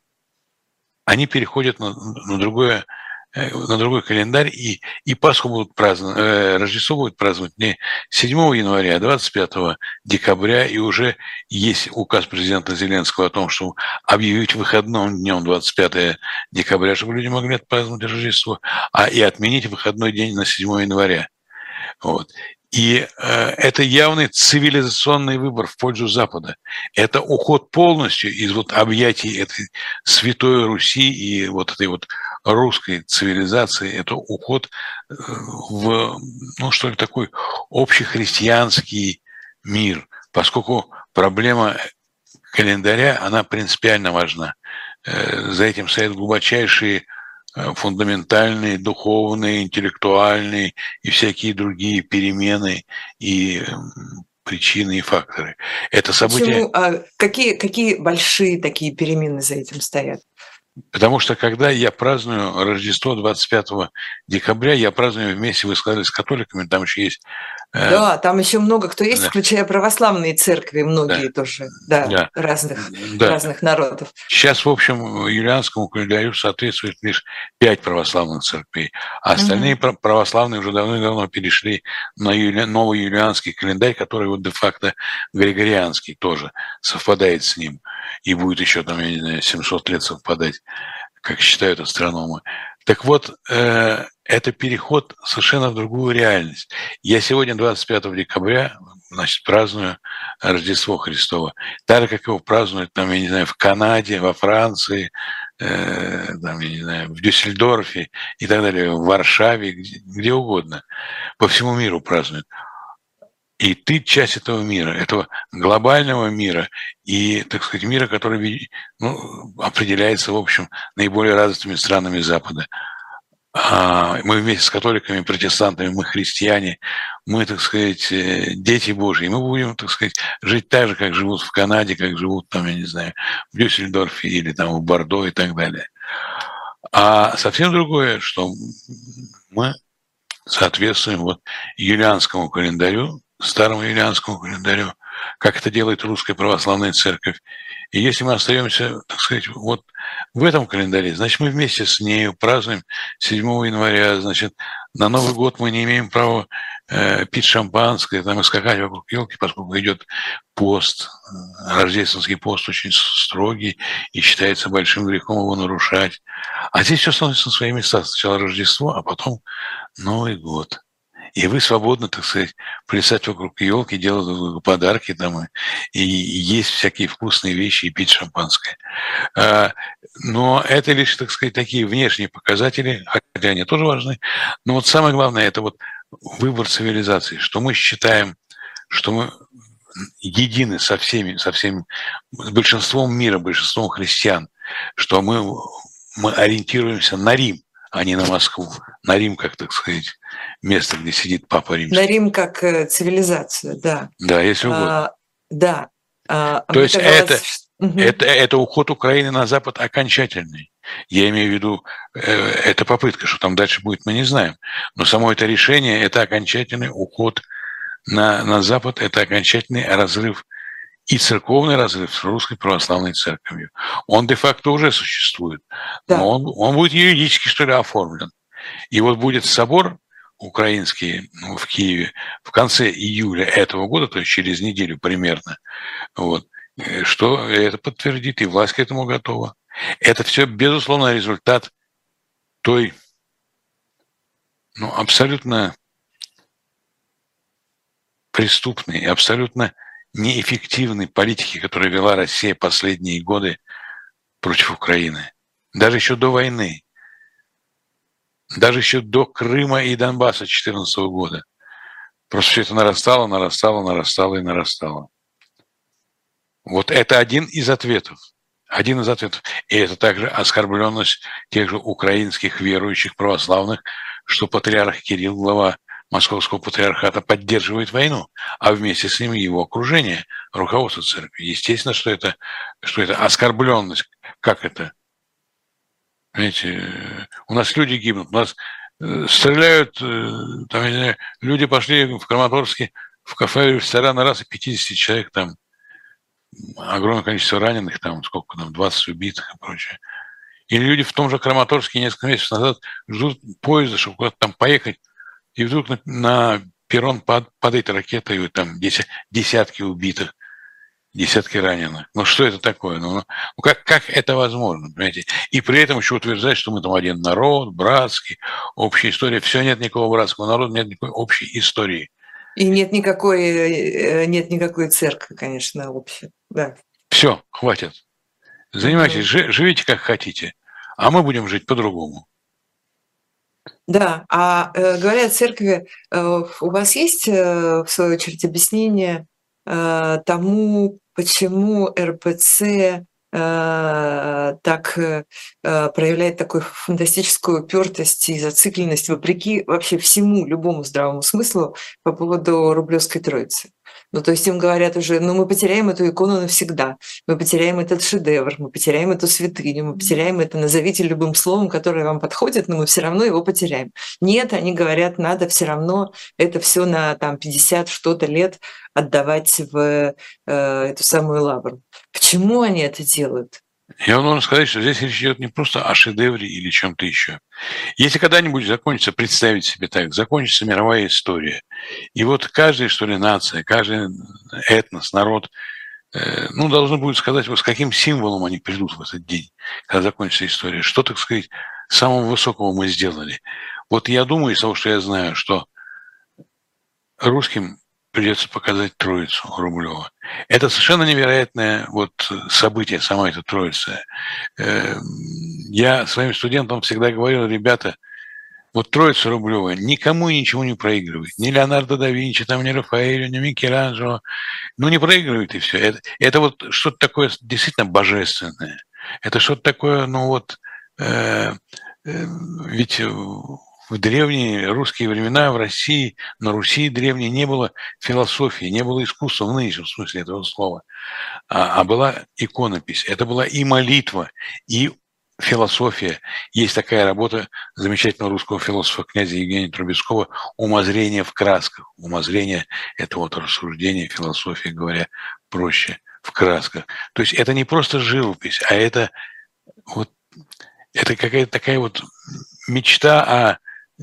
S2: переходят на другой календарь, и Пасху будут праздновать, Рождество будет праздновать не 7 января, а 25 декабря, и уже есть указ президента Зеленского о том, что объявить выходным днем 25 декабря, чтобы люди могли отпраздновать Рождество, и отменить выходной день на 7 января. Вот. И это явный цивилизационный выбор в пользу Запада. Это уход полностью из объятий этой святой Руси и этой русской цивилизации. Это уход в, такой общехристианский мир, поскольку проблема календаря, она принципиально важна. За этим стоят глубочайшие фундаментальные, духовные, интеллектуальные и всякие другие перемены и причины и факторы. Это событие...
S1: Почему? Какие большие такие перемены за этим стоят?
S2: Потому что когда я праздную Рождество 25 декабря, я праздную вместе, вы сказали, с католиками, там еще есть...
S1: Да, там еще много кто есть, да, включая православные церкви, многие, да, тоже, да, разных народов.
S2: Сейчас, в общем, юлианскому календарю соответствует лишь 5 православных церквей, а остальные православные уже давно перешли на новый юлианский календарь, который де-факто григорианский тоже совпадает с ним, и будет еще, я не знаю, 700 лет совпадать, как считают астрономы. Так вот, это переход совершенно в другую реальность. Я сегодня, 25 декабря, праздную Рождество Христово. Так же, как его празднуют, в Канаде, во Франции, в Дюссельдорфе и так далее, в Варшаве, где угодно. По всему миру празднуют. И ты часть этого мира, этого глобального мира и, так сказать, мира, который определяется, в общем, наиболее развитыми странами Запада. Мы вместе с католиками, протестантами, мы христиане, мы, так сказать, дети Божьи. Мы будем, так сказать, жить так же, как живут в Канаде, как живут, в Дюссельдорфе или в Бордо и так далее. А совсем другое, что мы соответствуем юлианскому календарю, старому юлианскому календарю, как это делает Русская Православная Церковь. И если мы остаемся, так сказать, в этом календаре, значит, мы вместе с нею празднуем 7 января, значит, на Новый год мы не имеем права пить шампанское, и скакать вокруг елки, поскольку идет пост, рождественский пост очень строгий, и считается большим грехом его нарушать. А здесь все становится на свои места. Сначала Рождество, а потом Новый год. И вы свободны, так сказать, плясать вокруг елки, делать подарки и есть всякие вкусные вещи, и пить шампанское. Но это лишь, так сказать, такие внешние показатели, хотя они тоже важны. Но самое главное – это выбор цивилизации, что мы считаем, что мы едины со всеми, с большинством мира, большинством христиан, что мы ориентируемся на Рим, а не на Москву. На Рим, как, так сказать, место, где сидит Папа Римский.
S1: На Рим как цивилизацию, да.
S2: Да, если угодно.
S1: Да.
S2: То есть это уход Украины на Запад окончательный. Я имею в виду, это попытка, что там дальше будет, мы не знаем. Но само это решение, это окончательный уход на Запад, это окончательный разрыв, и церковный разрыв с Русской Православной Церковью. Он де-факто уже существует, да, но он будет юридически, что ли, оформлен. И будет собор украинский в Киеве в конце июля этого года, то есть через неделю примерно, что это подтвердит, и власть к этому готова. Это все, безусловно, результат той абсолютно преступной, абсолютно неэффективной политики, которую вела Россия последние годы против Украины. Даже еще до войны. Даже еще до Крыма и Донбасса 2014 года. Просто все это нарастало и нарастало. Это один из ответов. И это также оскорбленность тех же украинских верующих православных, что патриарх Кирилл, глава Московского патриархата, поддерживает войну, а вместе с ним его окружение, руководство церкви. Естественно, что это оскорбленность. Как это? Понимаете, у нас люди гибнут, у нас стреляют, там, я не знаю, люди пошли в Краматорске в кафе, в ресторан, раз и 50 человек там, огромное количество раненых, там, сколько там, 20 убитых и прочее. Или люди в том же Краматорске несколько месяцев назад ждут поезда, чтобы куда-то там поехать, и вдруг на перрон падает ракета, и там десятки убитых, десятки раненых. Ну что это такое? Ну как это возможно, понимаете? И при этом еще утверждать, что мы там один народ, братский, общая история. Все, нет никакого братского народа, нет никакой общей истории.
S1: И нет никакой церкви, конечно, общей. Да.
S2: Все, хватит. Занимайтесь, живите как хотите, а мы будем жить по-другому.
S1: Да, говоря о церкви, у вас есть, в свою очередь, объяснение тому, почему РПЦ так проявляет такую фантастическую упертость и зацикленность вопреки вообще всему, любому здравому смыслу по поводу Рублевской Троицы? Ну, то есть им говорят уже, мы потеряем эту икону навсегда, мы потеряем этот шедевр, мы потеряем эту святыню, мы потеряем это, назовите любым словом, которое вам подходит, но мы все равно его потеряем. Нет, они говорят, надо все равно это все на 50 что-то лет отдавать в эту самую лавру. Почему они это делают?
S2: Я вам должен сказать, что здесь речь идет не просто о шедевре или чем-то еще. Если когда-нибудь закончится, представить себе так, закончится мировая история, и вот каждая, что ли, нация, каждый этнос, народ, должен будет сказать, вот с каким символом они придут в этот день, когда закончится история. Что, так сказать, самого высокого мы сделали. Вот я думаю, из того, что я знаю, что русским придется показать Троицу Рублева. Это совершенно невероятное событие, сама эта Троица. Я своим студентам всегда говорил, ребята, Троица Рублева никому и ничего не проигрывает. Ни Леонардо да Винчи, ни Рафаэлю, ни Микеланджело. Не проигрывает и все. Это что-то такое действительно божественное. Это что-то такое, ведь в древние русские времена в России, на Руси древней не было философии, не было искусства в нынешнем смысле этого слова, а была иконопись. Это была и молитва, и философия. Есть такая работа замечательного русского философа князя Евгения Трубецкого «Умозрение в красках». Умозрение – это рассуждение, философия, говоря проще, в красках. То есть это не просто живопись, а это какая-то такая мечта о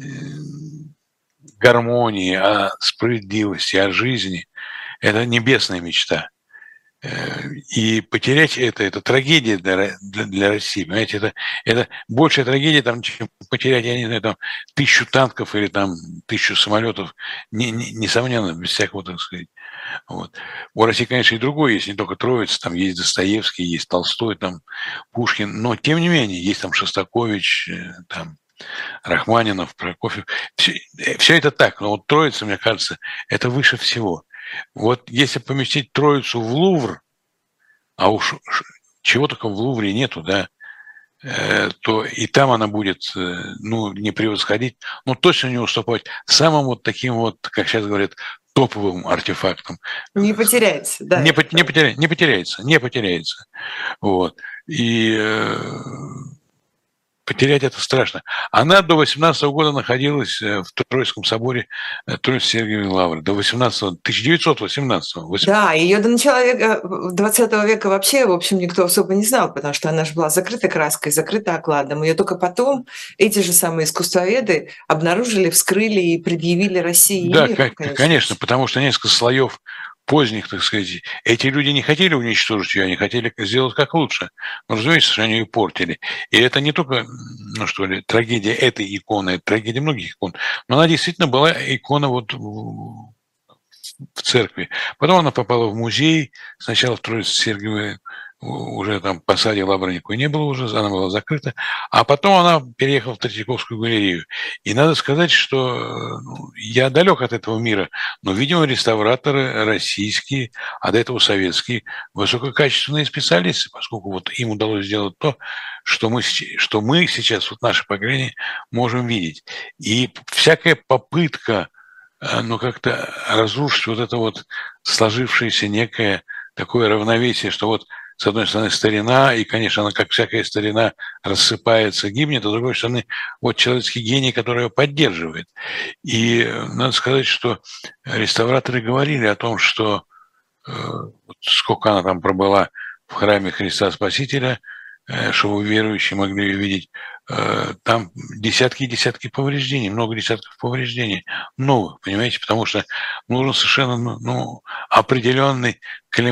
S2: гармонии, о справедливости, о жизни. Это небесная мечта. И потерять это трагедия для России. Понимаете, это большая трагедия, чем потерять, я не знаю, 1000 танков или 1000 самолетов, несомненно, без всякого, так сказать. У России, конечно, и другое есть, не только Троица, там есть Достоевский, есть Толстой, Пушкин, но тем не менее, есть Шостакович, Рахманинов, Прокофьев. Все это так, но Троица, мне кажется, это выше всего. Если поместить Троицу в Лувр, а уж чего только в Лувре нету, да, то и там она будет, не превосходить, но точно не уступать самым таким как сейчас говорят, топовым артефактам.
S1: Не потеряется, да.
S2: Не потеряется. И потерять это страшно. Она до 18 года находилась в Троицком соборе Троице-Сергиевой Лавры. До 1918-го.
S1: Да, ее до начала 20 века вообще, в общем, никто особо не знал, потому что она же была закрыта краской, закрыта окладом. Ее только потом эти же самые искусствоведы обнаружили, вскрыли и предъявили России и миру.
S2: Да, конечно, потому что несколько слоев поздних, так сказать, эти люди не хотели уничтожить ее, они хотели сделать как лучше. Но, разумеется, что они ее портили. И это не только, трагедия этой иконы, это трагедия многих икон, но она действительно была икона в церкви. Потом она попала в музей, сначала в Троице-Сергиевой уже там посаде Лавры никакой не было уже, она была закрыта. А потом она переехала в Третьяковскую галерею. И надо сказать, что я далек от этого мира, но, видимо, реставраторы российские, а до этого советские, высококачественные специалисты, поскольку вот им удалось сделать то, что мы сейчас, вот наше поколение, можем видеть. И всякая попытка как-то разрушить вот это вот сложившееся некое такое равновесие, что вот с одной стороны, старина, и, конечно, она, как всякая старина, рассыпается, гибнет, а с другой стороны, вот человеческий гений, который ее поддерживает. И надо сказать, что реставраторы говорили о том, что вот сколько она там пробыла в храме Христа Спасителя, чтобы верующие могли ее видеть, там десятки и десятки повреждений, много десятков повреждений новых, понимаете, потому что нужен совершенно определенный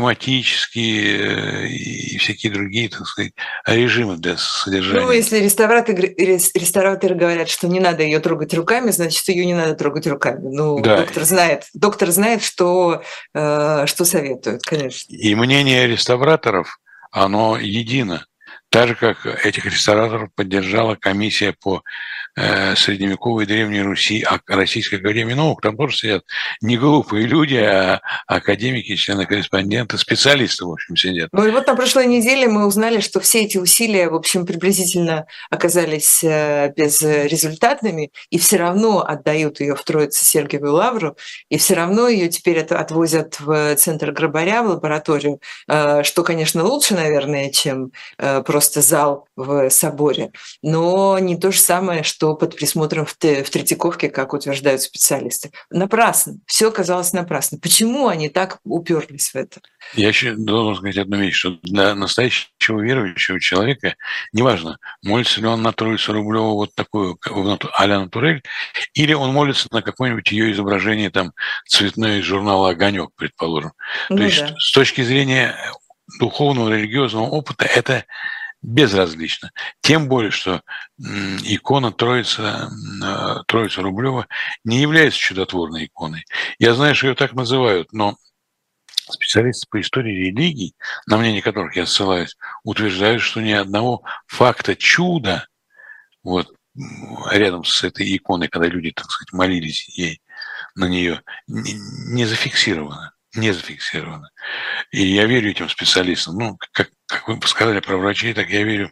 S2: климатические и всякие другие, так сказать, режимы для содержания.
S1: Ну, если реставраторы говорят, что не надо ее трогать руками, значит, ее не надо трогать руками. Ну,
S2: Да.
S1: доктор знает, что советует, конечно.
S2: И мнение реставраторов, оно едино. Так же, как этих реставраторов поддержала комиссия по средневековой Древней Руси, Российской академии наук. Там тоже сидят не глупые люди, а академики, члены-корреспонденты, специалисты, в общем, сидят.
S1: Ну и вот на прошлой неделе мы узнали, что все эти усилия, в общем, приблизительно оказались безрезультатными, и все равно отдают ее в Троице-Сергиевую лавру, и все равно ее теперь отвозят в центр Грабаря, в лабораторию, что, конечно, лучше, наверное, чем просто зал в соборе, но не то же самое, что под присмотром в Третьяковке, как утверждают специалисты. Напрасно. Все оказалось напрасно. Почему они так уперлись в это?
S2: Я еще должен сказать одну вещь, что для настоящего верующего человека, неважно, молится ли он на Троицу Рублеву вот такую а-ля натурель, или он молится на какое-нибудь ее изображение, там, цветное из журнала «Огонек», предположим. То есть с точки зрения духовного, религиозного опыта это безразлично. Тем более, что икона Троица Рублева не является чудотворной иконой. Я знаю, что ее так называют, но специалисты по истории религий, на мнение которых я ссылаюсь, утверждают, что ни одного факта чуда вот рядом с этой иконой, когда люди, так сказать, молились ей на нее, не зафиксировано. Не зафиксировано. И я верю этим специалистам. Ну, как вы сказали про врачей, так я верю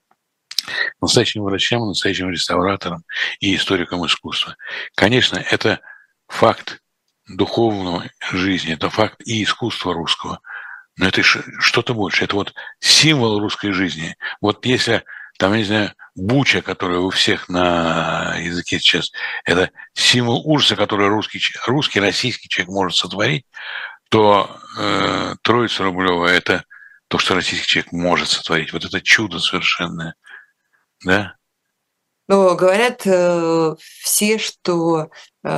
S2: настоящим врачам, настоящим реставраторам и историкам искусства. Конечно, это факт духовной жизни, это факт и искусства русского. Но это что-то больше. Это вот символ русской жизни. Вот если, там, я не знаю, буча, которая у всех на языке сейчас, это символ ужаса, который русский, российский человек может сотворить, то Троица Рублева – это то, что российский человек может сотворить. Вот это чудо совершенное. Да?
S1: Но говорят все, что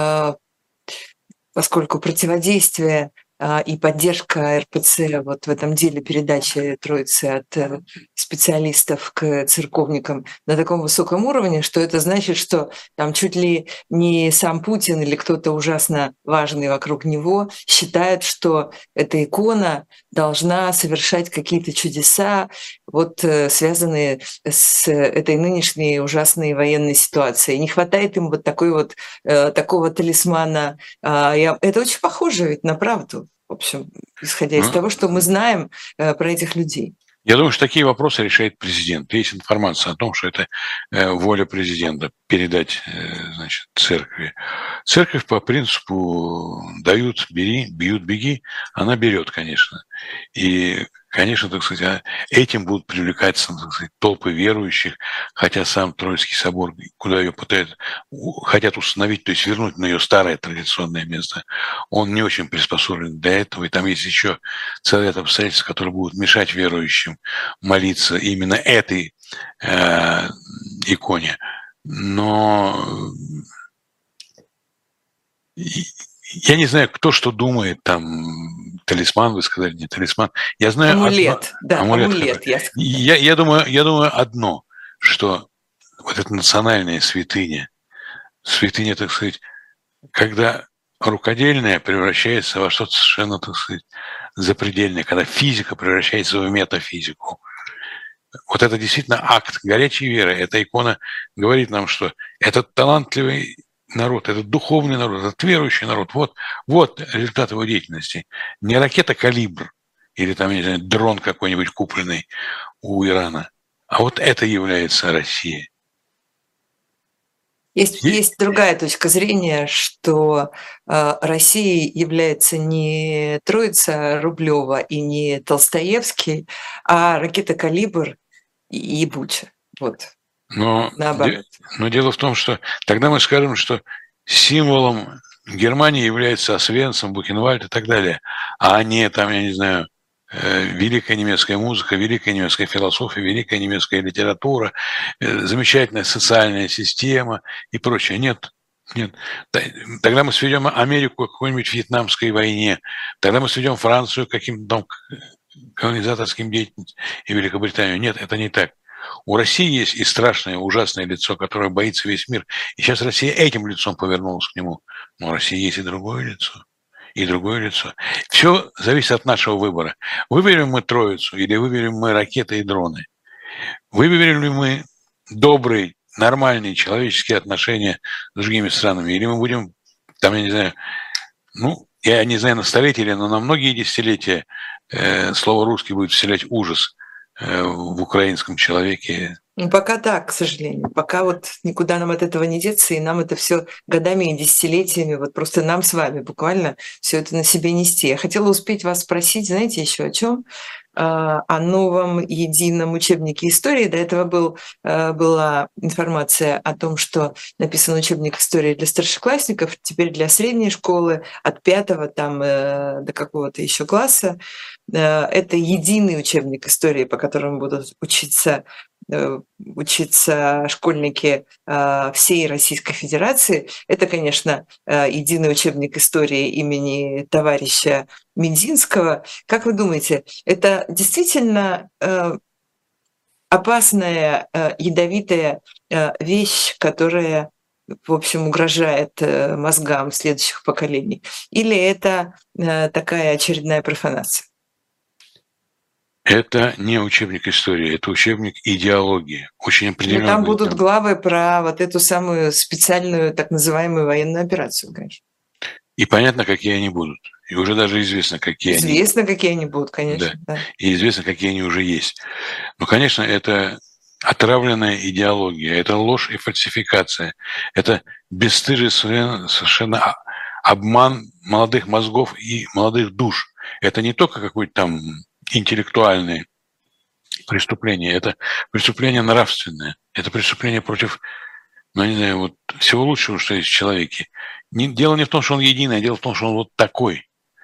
S1: поскольку противодействие и поддержка РПЦ вот в этом деле передачи Троицы от специалистов к церковникам на таком высоком уровне, что это значит, что там чуть ли не сам Путин или кто-то ужасно важный вокруг него считает, что эта икона должна совершать какие-то чудеса, вот связанные с этой нынешней ужасной военной ситуацией. Не хватает им вот такого талисмана. Это очень похоже ведь на правду. В общем, исходя из того, что мы знаем про этих людей.
S2: Я думаю, что такие вопросы решает президент. Есть информация о том, что это воля президента передать, значит, церкви. Церковь по принципу дают, бери, бьют, беги. Она берет, конечно. И, конечно, так сказать, этим будут привлекаться, так сказать, толпы верующих, хотя сам Троицкий собор, куда ее хотят установить, то есть вернуть на ее старое традиционное место, он не очень приспособлен для этого. И там есть еще целый ряд обстоятельств, которые будут мешать верующим молиться именно этой иконе. Но я не знаю, кто что думает, там, талисман, вы сказали, не талисман. Я знаю
S1: амулет, амулет.
S2: Я думаю одно, что вот эта национальная святыня, так сказать, когда рукодельное превращается во что-то совершенно, так сказать, запредельное, когда физика превращается в метафизику. Вот это действительно акт горячей веры. Эта икона говорит нам, что этот талантливый народ, этот духовный народ, этот верующий народ, вот результат его деятельности. Не ракета «Калибр» или там, не знаю, дрон какой-нибудь купленный у Ирана, а вот это является Россия.
S1: Есть другая точка зрения, что Россией является не Троица Рублева и не Толстоевский, а ракета «Калибр» и Буча. Вот. Наоборот.
S2: Но дело в том, что тогда мы скажем, что символом Германии является Освенцим, Бухенвальд и так далее, а не там, я не знаю, великая немецкая музыка, великая немецкая философия, великая немецкая литература, замечательная социальная система и прочее. Нет. Тогда мы сведем Америку к какой-нибудь вьетнамской войне, тогда мы сведем Францию к каким-то там колонизаторским деятельностям и Великобританию. Нет, это не так. У России есть и страшное, ужасное лицо, которое боится весь мир. И сейчас Россия этим лицом повернулась к нему. Но у России есть и другое лицо. И другое лицо. Все зависит от нашего выбора. Выберем мы Троицу или выберем мы ракеты и дроны? Выберем ли мы добрые, нормальные человеческие отношения с другими странами? Или мы будем, там, я не знаю, я не знаю, на столетия, но на многие десятилетия слово «русский» будет вселять ужас в украинском человеке.
S1: Пока так, к сожалению. Пока вот никуда нам от этого не деться, и нам это все годами и десятилетиями, вот просто нам с вами буквально все это на себе нести. Я хотела успеть вас спросить, знаете, еще о чем? О новом едином учебнике истории. До этого была информация о том, что написан учебник истории для старшеклассников, теперь для средней школы, от 5 там, до какого-то еще класса. Это единый учебник истории, по которому будут учиться школьники всей Российской Федерации. Это, конечно, единый учебник истории имени товарища Мединского. Как вы думаете, это действительно опасная, ядовитая вещь, которая, в общем, угрожает мозгам следующих поколений? Или это такая очередная профанация?
S2: Это не учебник истории, это учебник идеологии. Очень определенно.
S1: Там будут главы про вот эту самую специальную так называемую военную операцию, конечно.
S2: И понятно, какие они будут. И уже даже известно, какие они будут.
S1: Известно, какие они будут, конечно.
S2: Да. И известно, какие они уже есть. Но, конечно, это отравленная идеология, это ложь и фальсификация, это бесстыжий совершенно обман молодых мозгов и молодых душ. Это не только какой-то там интеллектуальные преступления, это преступление нравственное, это преступление против, не знаю, вот всего лучшего, что есть в человеке. Дело не в том, что он единый, а дело в том, что он вот такой,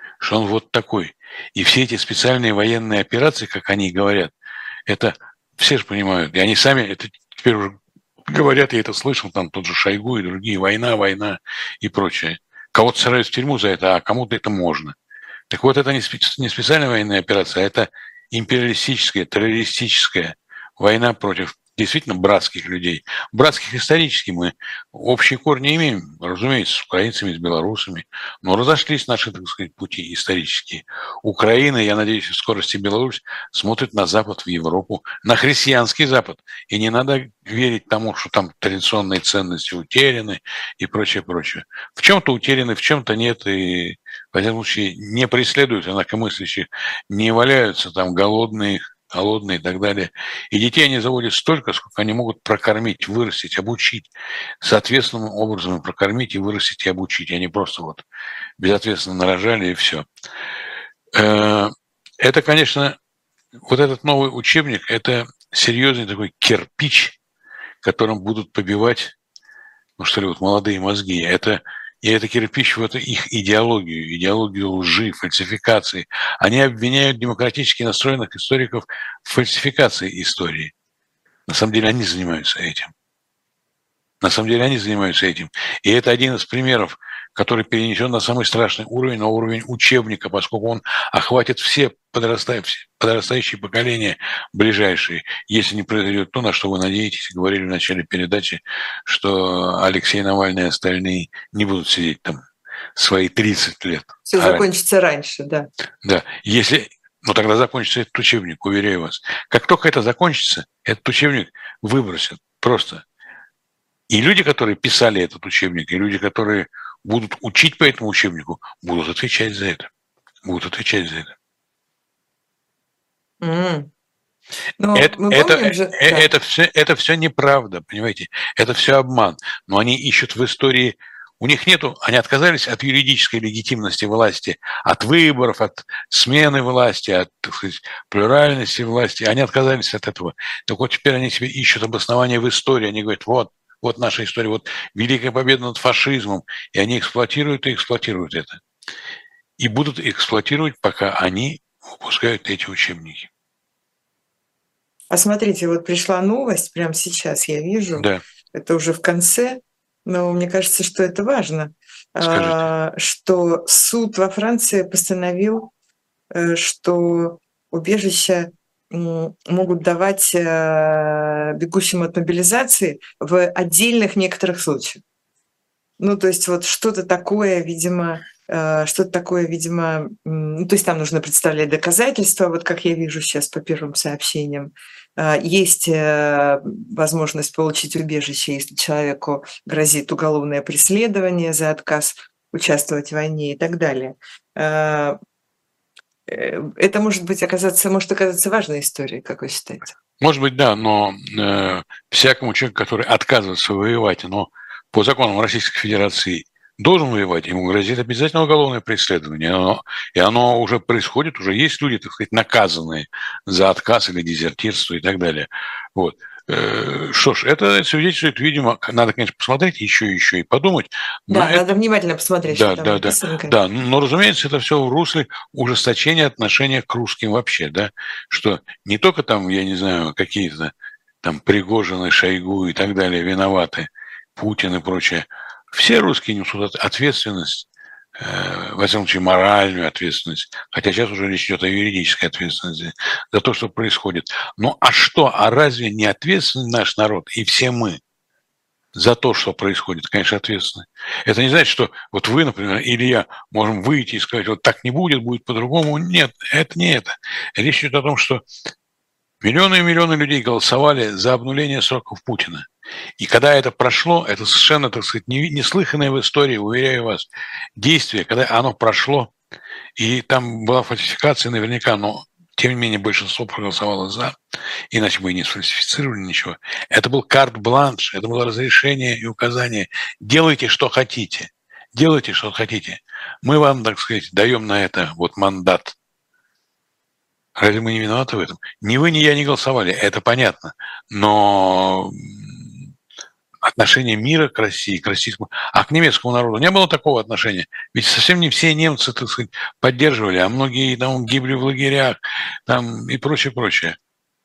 S2: И все эти специальные военные операции, как они говорят, это все же понимают, и они сами это теперь уже говорят, я это слышал, там тот же Шойгу и другие, война и прочее. Кого-то сажают в тюрьму за это, а кому-то это можно. Так вот, это не специальная военная операция, а это империалистическая, террористическая война против действительно братских людей. Братских исторически мы общие корни имеем, разумеется, с украинцами, с белорусами, но разошлись наши, так сказать, пути исторические. Украина, я надеюсь, в скорости Беларусь смотрит на Запад, в Европу, на христианский Запад. И не надо верить тому, что там традиционные ценности утеряны и прочее. В чем-то утеряны, в чем-то нет, и в этом случае не преследуют инакомыслящих, не валяются там голодные и так далее. И детей они заводят столько, сколько они могут прокормить, вырастить, обучить. Соответственным образом прокормить и вырастить и обучить. Они просто вот безответственно нарожали и все. Это, конечно, вот этот новый учебник, это серьезный такой кирпич, которым будут побивать, молодые мозги. И это кирпич в эту их идеологию лжи, фальсификации. Они обвиняют демократически настроенных историков в фальсификации истории. На самом деле они занимаются этим. И это один из примеров, который перенесен на самый страшный уровень, на уровень учебника, поскольку он охватит все подрастающие поколения ближайшие, если не произойдет то, на что вы надеетесь, говорили в начале передачи, что Алексей Навальный и остальные не будут сидеть там свои 30 лет.
S1: Все закончится раньше, да.
S2: Да, если... Но тогда закончится этот учебник, уверяю вас. Как только это закончится, этот учебник выбросят просто. И люди, которые писали этот учебник, и люди, которые будут учить по этому учебнику, будут отвечать за это. Будут отвечать за это.
S1: Но мы помним же...
S2: Это все неправда, понимаете? Это все обман. Но они ищут в истории... У них нету... Они отказались от юридической легитимности власти, от выборов, от смены власти, от, так сказать, плюральности власти. Они отказались от этого. Так вот теперь они себе ищут обоснования в истории. Они говорят, вот наша история, вот великая победа над фашизмом. И они эксплуатируют и эксплуатируют это. И будут эксплуатировать, пока они выпускают эти учебники.
S1: А смотрите, вот пришла новость, прямо сейчас я вижу,
S2: Да.
S1: Это уже в конце, но мне кажется, что это важно, что суд во Франции постановил, что убежища могут давать бегущим от мобилизации в отдельных некоторых случаях. Ну, то есть вот что-то такое, видимо, ну, то есть там нужно представлять доказательства, вот как я вижу сейчас по первым сообщениям. Есть возможность получить убежище, если человеку грозит уголовное преследование за отказ участвовать в войне и так далее. Это может оказаться важной историей, как вы считаете?
S2: Может быть, да, но всякому человеку, который отказывается воевать, но по законам Российской Федерации должен воевать, ему грозит обязательно уголовное преследование. И оно уже происходит, уже есть люди, так сказать, наказанные за отказ или дезертирство и так далее. Вот. Что ж, это свидетельствует, видимо, надо, конечно, посмотреть еще и подумать.
S1: Да, надо внимательно посмотреть, что там написано.
S2: Да, но, разумеется, это все в русле ужесточения отношения к русским вообще, да, что не только там, я не знаю, какие-то там Пригожины, Шойгу и так далее виноваты, Путин и прочее. Все русские несут ответственность, во всяком случае, моральную ответственность, хотя сейчас уже речь идет о юридической ответственности за то, что происходит. Ну а что, а разве не ответственный наш народ и все мы за то, что происходит? Конечно, ответственны. Это не значит, что вот вы, например, или я можем выйти и сказать, вот так не будет, будет по-другому. Нет, это не это. Речь идет о том, что миллионы и миллионы людей голосовали за обнуление сроков Путина. И когда это прошло, это совершенно, так сказать, неслыханное в истории, уверяю вас, действие, когда оно прошло, и там была фальсификация наверняка, но тем не менее большинство проголосовало за, иначе бы и не сфальсифицировали ничего. Это был карт-бланш, это было разрешение и указание. Делайте, что хотите. Делайте, что хотите. Мы вам, так сказать, даем на это вот мандат. Разве мы не виноваты в этом? Ни вы, ни я не голосовали, это понятно. Но отношение мира к России, к российскому, а к немецкому народу не было такого отношения. Ведь совсем не все немцы, так сказать, поддерживали, а многие там гибли в лагерях там, и прочее, прочее.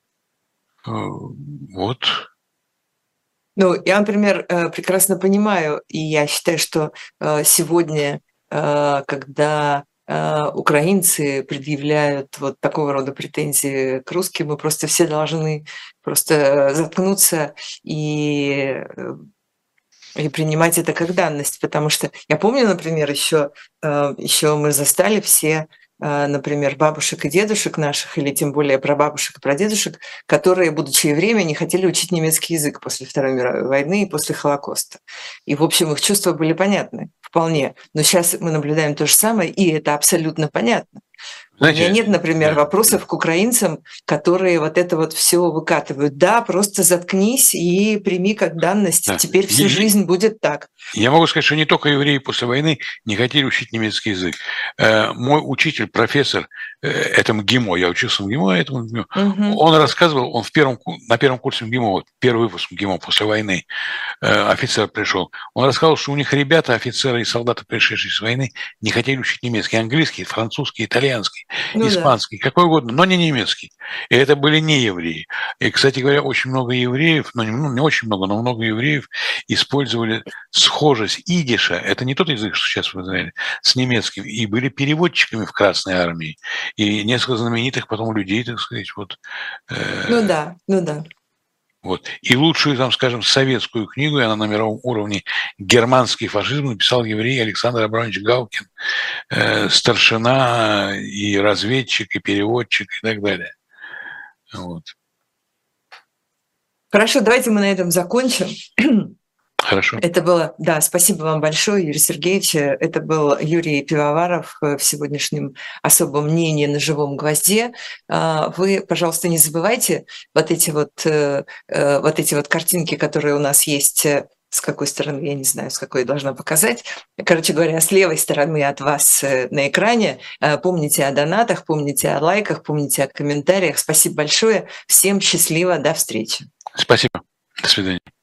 S2: Вот.
S1: Ну, я, например, прекрасно понимаю, и я считаю, что сегодня, когда украинцы предъявляют вот такого рода претензии к русским, мы просто все должны просто заткнуться и принимать это как данность, потому что я помню, например, еще мы застали все, например, бабушек и дедушек наших, или тем более прабабушек и прадедушек, которые, будучи евреями, не хотели учить немецкий язык после Второй мировой войны и после Холокоста. И, в общем, их чувства были понятны вполне. Но сейчас мы наблюдаем то же самое, и это абсолютно понятно. Знаете, у меня нет, например, вопросов к украинцам, которые вот это вот все выкатывают. Да, просто заткнись и прими как данность. Да. Теперь всю жизнь будет так.
S2: Я могу сказать, что не только евреи после войны не хотели учить немецкий язык. Мой учитель, профессор этому МГИМО, я учился в МГИМО, этому МГИМО, он рассказывал, он на первом курсе МГИМО, вот, первый выпуск МГИМО после войны, офицер пришел, он рассказывал, что у них ребята, офицеры и солдаты, пришедшие с войны, не хотели учить немецкий, английский, французский, итальянский, испанский, какой угодно, но не немецкий. И это были не евреи. И, кстати говоря, очень много евреев, ну не очень много, но много евреев использовали схожесть идиша, это не тот язык, что сейчас вы знаете, с немецким, и были переводчиками в Красной армии. И несколько знаменитых потом людей, так сказать, вот.
S1: Ну да.
S2: Вот. И лучшую, там, скажем, советскую книгу, и она на мировом уровне, «Германский фашизм», написал еврей Александр Абрамович Галкин, старшина и разведчик, и переводчик, и так далее. Вот.
S1: Хорошо, давайте мы на этом закончим.
S2: Хорошо.
S1: Это было, да, спасибо вам большое, Юрий Сергеевич. Это был Юрий Пивоваров в сегодняшнем особом мнении на живом гвозде. Вы, пожалуйста, не забывайте вот эти вот картинки, которые у нас есть. С какой стороны, я не знаю, с какой я должна показать. Короче говоря, с левой стороны от вас на экране. Помните о донатах, помните о лайках, помните о комментариях. Спасибо большое. Всем счастливо. До встречи.
S2: Спасибо. До свидания.